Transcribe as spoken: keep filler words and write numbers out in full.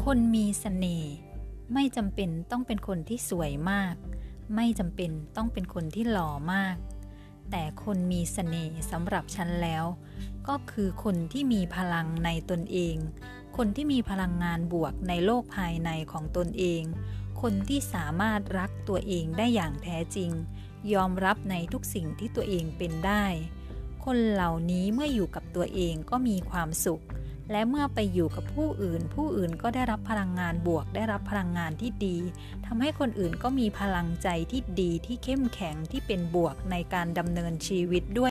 คนมีเสน่ห์ไม่จำเป็นต้องเป็นคนที่สวยมากไม่จำเป็นต้องเป็นคนที่หล่อมากแต่คนมีเสน่ห์สำหรับฉันแล้วก็คือคนที่มีพลังในตนเองคนที่มีพลังงานบวกในโลกภายในของตนเองคนที่สามารถรักตัวเองได้อย่างแท้จริงยอมรับในทุกสิ่งที่ตัวเองเป็นได้คนเหล่านี้เมื่ออยู่กับตัวเองก็มีความสุขและเมื่อไปอยู่กับผู้อื่นผู้อื่นก็ได้รับพลังงานบวกได้รับพลังงานที่ดีทำให้คนอื่นก็มีพลังใจที่ดีที่เข้มแข็งที่เป็นบวกในการดำเนินชีวิตด้วย